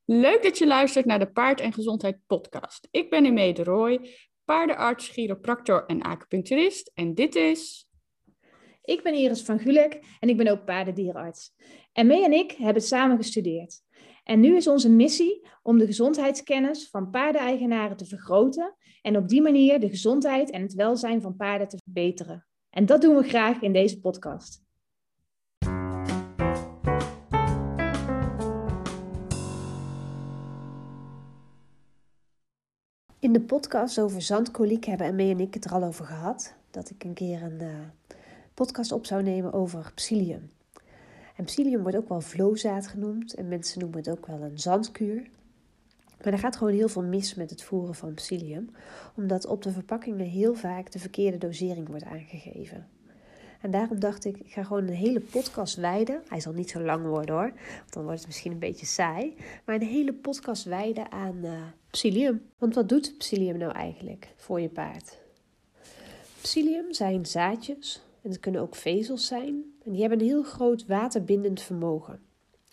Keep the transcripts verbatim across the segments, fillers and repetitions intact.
Leuk dat je luistert naar de Paard en Gezondheid podcast. Ik ben Imee de Rooij, paardenarts, chiropractor en acupuncturist. En dit is... Ik ben Iris van Gulik en ik ben ook paardendierenarts. En Mee en ik hebben samen gestudeerd. En nu is onze missie om de gezondheidskennis van paardeneigenaren te vergroten en op die manier de gezondheid en het welzijn van paarden te verbeteren. En dat doen we graag in deze podcast. In de podcast over zandkoliek hebben Mee en ik het er al over gehad. Dat ik een keer een uh, podcast op zou nemen over psyllium. En psyllium wordt ook wel vlozaad genoemd en mensen noemen het ook wel een zandkuur. Maar er gaat gewoon heel veel mis met het voeren van psyllium, omdat op de verpakkingen heel vaak de verkeerde dosering wordt aangegeven. En daarom dacht ik, ik ga gewoon een hele podcast wijden. Hij zal niet zo lang worden hoor, want dan wordt het misschien een beetje saai. Maar een hele podcast wijden aan uh, psyllium. Want wat doet psyllium nou eigenlijk voor je paard? Psyllium zijn zaadjes en het kunnen ook vezels zijn. En die hebben een heel groot waterbindend vermogen.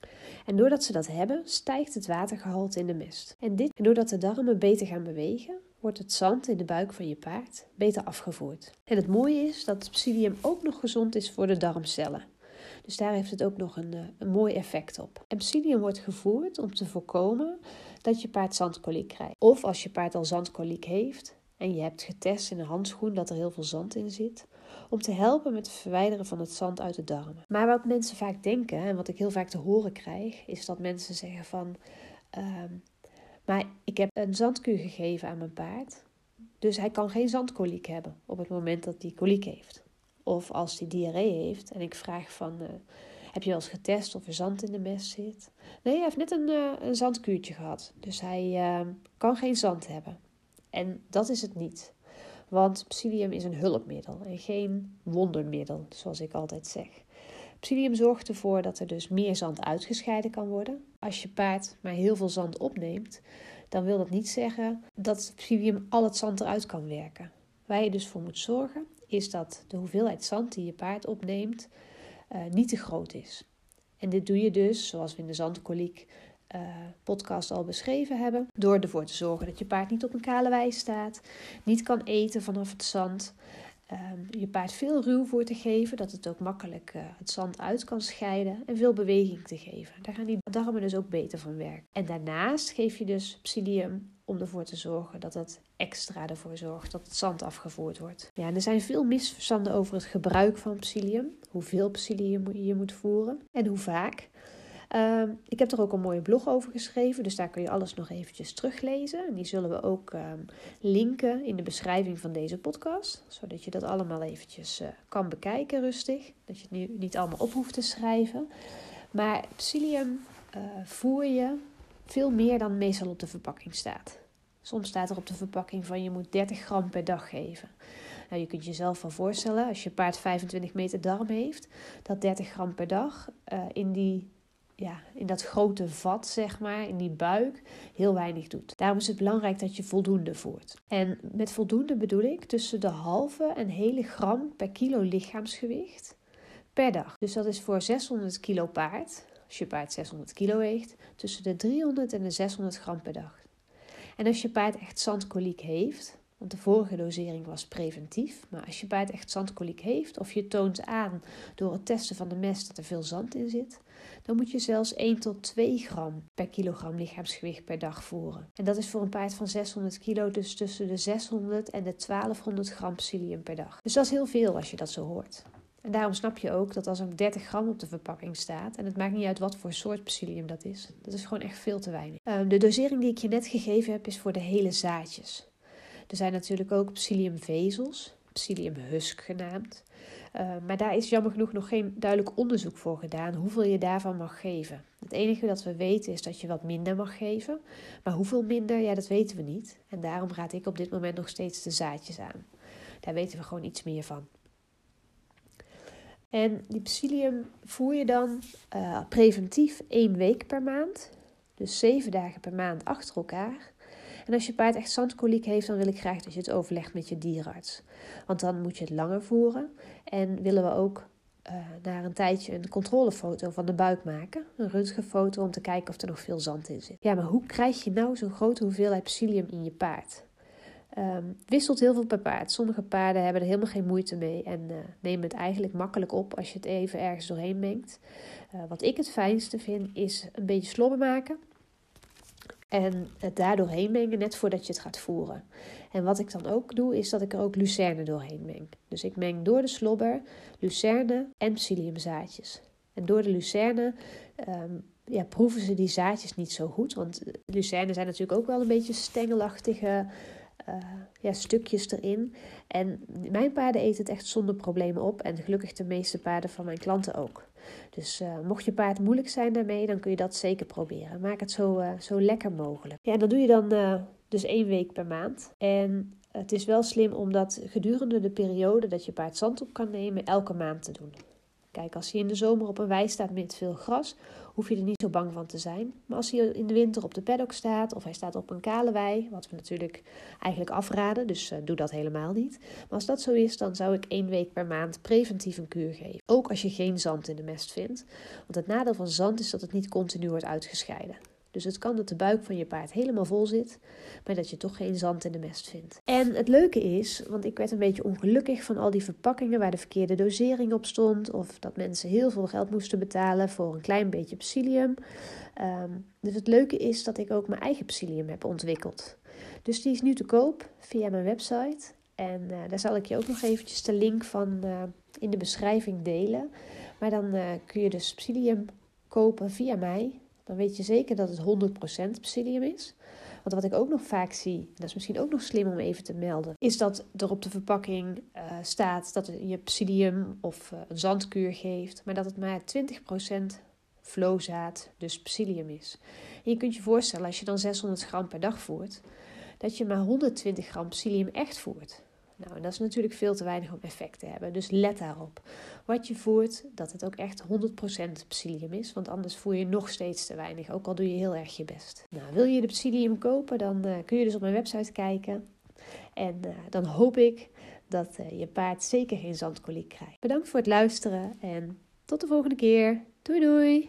En doordat ze dat hebben, stijgt het watergehalte in de mest. En, dit, en doordat de darmen beter gaan bewegen, wordt het zand in de buik van je paard beter afgevoerd. En het mooie is dat het psyllium ook nog gezond is voor de darmcellen. Dus daar heeft het ook nog een, een mooi effect op. En psyllium wordt gevoerd om te voorkomen dat je paard zandkoliek krijgt. Of als je paard al zandkoliek heeft en je hebt getest in een handschoen dat er heel veel zand in zit, om te helpen met het verwijderen van het zand uit de darmen. Maar wat mensen vaak denken, en wat ik heel vaak te horen krijg, is dat mensen zeggen van... Uh, maar ik heb een zandkuur gegeven aan mijn paard, dus hij kan geen zandkoliek hebben op het moment dat hij koliek heeft. Of als hij diarree heeft en ik vraag van, uh, heb je wel eens getest of er zand in de mest zit? Nee, hij heeft net een, uh, een zandkuurtje gehad, dus hij uh, kan geen zand hebben. En dat is het niet. Want psyllium is een hulpmiddel en geen wondermiddel, zoals ik altijd zeg. Psyllium zorgt ervoor dat er dus meer zand uitgescheiden kan worden. Als je paard maar heel veel zand opneemt, dan wil dat niet zeggen dat psyllium al het zand eruit kan werken. Waar je dus voor moet zorgen, is dat de hoeveelheid zand die je paard opneemt uh, niet te groot is. En dit doe je dus, zoals we in de zandkoliek Uh, podcast al beschreven hebben, door ervoor te zorgen dat je paard niet op een kale wei staat, niet kan eten vanaf het zand, uh, je paard veel ruwvoer te geven, dat het ook makkelijk uh, het zand uit kan scheiden en veel beweging te geven. Daar gaan die darmen dus ook beter van werken. En daarnaast geef je dus psyllium om ervoor te zorgen dat het extra ervoor zorgt dat het zand afgevoerd wordt. Ja, en er zijn veel misverstanden over het gebruik van psyllium, hoeveel psyllium je moet voeren en hoe vaak. Uh, ik heb er ook een mooie blog over geschreven, dus daar kun je alles nog eventjes teruglezen. En die zullen we ook uh, linken in de beschrijving van deze podcast, zodat je dat allemaal eventjes uh, kan bekijken rustig. Dat je het nu niet allemaal op hoeft te schrijven. Maar psyllium uh, voer je veel meer dan meestal op de verpakking staat. Soms staat er op de verpakking van je moet dertig gram per dag geven. Nou, je kunt jezelf wel voorstellen, als je paard vijfentwintig meter darm heeft, dat dertig gram per dag uh, in die... Ja, in dat grote vat, zeg maar, in die buik, heel weinig doet. Daarom is het belangrijk dat je voldoende voert. En met voldoende bedoel ik tussen de halve en hele gram per kilo lichaamsgewicht per dag. Dus dat is voor zeshonderd kilo paard, als je paard zeshonderd kilo weegt, tussen de driehonderd en de zeshonderd gram per dag. En als je paard echt zandkoliek heeft, want de vorige dosering was preventief, maar als je paard echt zandkoliek heeft of je toont aan door het testen van de mest dat er veel zand in zit, dan moet je zelfs één tot twee gram per kilogram lichaamsgewicht per dag voeren. En dat is voor een paard van zeshonderd kilo dus tussen de zeshonderd en de twaalfhonderd gram psyllium per dag. Dus dat is heel veel als je dat zo hoort. En daarom snap je ook dat als er dertig gram op de verpakking staat, en het maakt niet uit wat voor soort psyllium dat is, dat is gewoon echt veel te weinig. Uh, de dosering die ik je net gegeven heb is voor de hele zaadjes. Er zijn natuurlijk ook psylliumvezels, psyllium husk genaamd. Uh, maar daar is jammer genoeg nog geen duidelijk onderzoek voor gedaan hoeveel je daarvan mag geven. Het enige dat we weten is dat je wat minder mag geven. Maar hoeveel minder, ja, dat weten we niet. En daarom raad ik op dit moment nog steeds de zaadjes aan. Daar weten we gewoon iets meer van. En die psyllium voer je dan uh, preventief één week per maand. Dus zeven dagen per maand achter elkaar. En als je paard echt zandkoliek heeft, dan wil ik graag dat je het overlegt met je dierenarts. Want dan moet je het langer voeren. En willen we ook uh, na een tijdje een controlefoto van de buik maken. Een röntgenfoto om te kijken of er nog veel zand in zit. Ja, maar hoe krijg je nou zo'n grote hoeveelheid psyllium in je paard? Um, wisselt heel veel per paard. Sommige paarden hebben er helemaal geen moeite mee en uh, nemen het eigenlijk makkelijk op als je het even ergens doorheen mengt. Uh, wat ik het fijnste vind is een beetje slobber maken en het daar doorheen mengen net voordat je het gaat voeren. En wat ik dan ook doe is dat ik er ook lucerne doorheen meng. Dus ik meng door de slobber lucerne en psylliumzaadjes. En door de lucerne um, ja, proeven ze die zaadjes niet zo goed, want lucerne zijn natuurlijk ook wel een beetje stengelachtige Uh, ja, stukjes erin. En mijn paarden eten het echt zonder problemen op. En gelukkig de meeste paarden van mijn klanten ook. Dus uh, mocht je paard moeilijk zijn daarmee, dan kun je dat zeker proberen. Maak het zo, uh, zo lekker mogelijk. Ja, en dat doe je dan uh, dus één week per maand. En het is wel slim om dat gedurende de periode dat je paard zand op kan nemen, elke maand te doen. Kijk, als hij in de zomer op een wei staat met veel gras, hoef je er niet zo bang van te zijn. Maar als hij in de winter op de paddock staat of hij staat op een kale wei, wat we natuurlijk eigenlijk afraden, dus uh, doe dat helemaal niet. Maar als dat zo is, dan zou ik één week per maand preventief een kuur geven. Ook als je geen zand in de mest vindt. Want het nadeel van zand is dat het niet continu wordt uitgescheiden. Dus het kan dat de buik van je paard helemaal vol zit, maar dat je toch geen zand in de mest vindt. En het leuke is, want ik werd een beetje ongelukkig van al die verpakkingen waar de verkeerde dosering op stond, of dat mensen heel veel geld moesten betalen voor een klein beetje psyllium. Um, dus het leuke is dat ik ook mijn eigen psyllium heb ontwikkeld. Dus die is nu te koop via mijn website. En uh, daar zal ik je ook nog eventjes de link van uh, in de beschrijving delen. Maar dan uh, kun je dus psyllium kopen via mij. Dan weet je zeker dat het honderd procent psyllium is. Want wat ik ook nog vaak zie, en dat is misschien ook nog slim om even te melden, is dat er op de verpakking uh, staat dat je psyllium of uh, een zandkuur geeft, maar dat het maar twintig procent flowzaad, dus psyllium is. En je kunt je voorstellen, als je dan zeshonderd gram per dag voert, dat je maar honderdtwintig gram psyllium echt voert. Nou, en dat is natuurlijk veel te weinig om effect te hebben. Dus let daarop. Wat je voert, dat het ook echt honderd procent psyllium is. Want anders voer je nog steeds te weinig. Ook al doe je heel erg je best. Nou, wil je de psyllium kopen, dan uh, kun je dus op mijn website kijken. En uh, dan hoop ik dat uh, je paard zeker geen zandkoliek krijgt. Bedankt voor het luisteren en tot de volgende keer. Doei doei!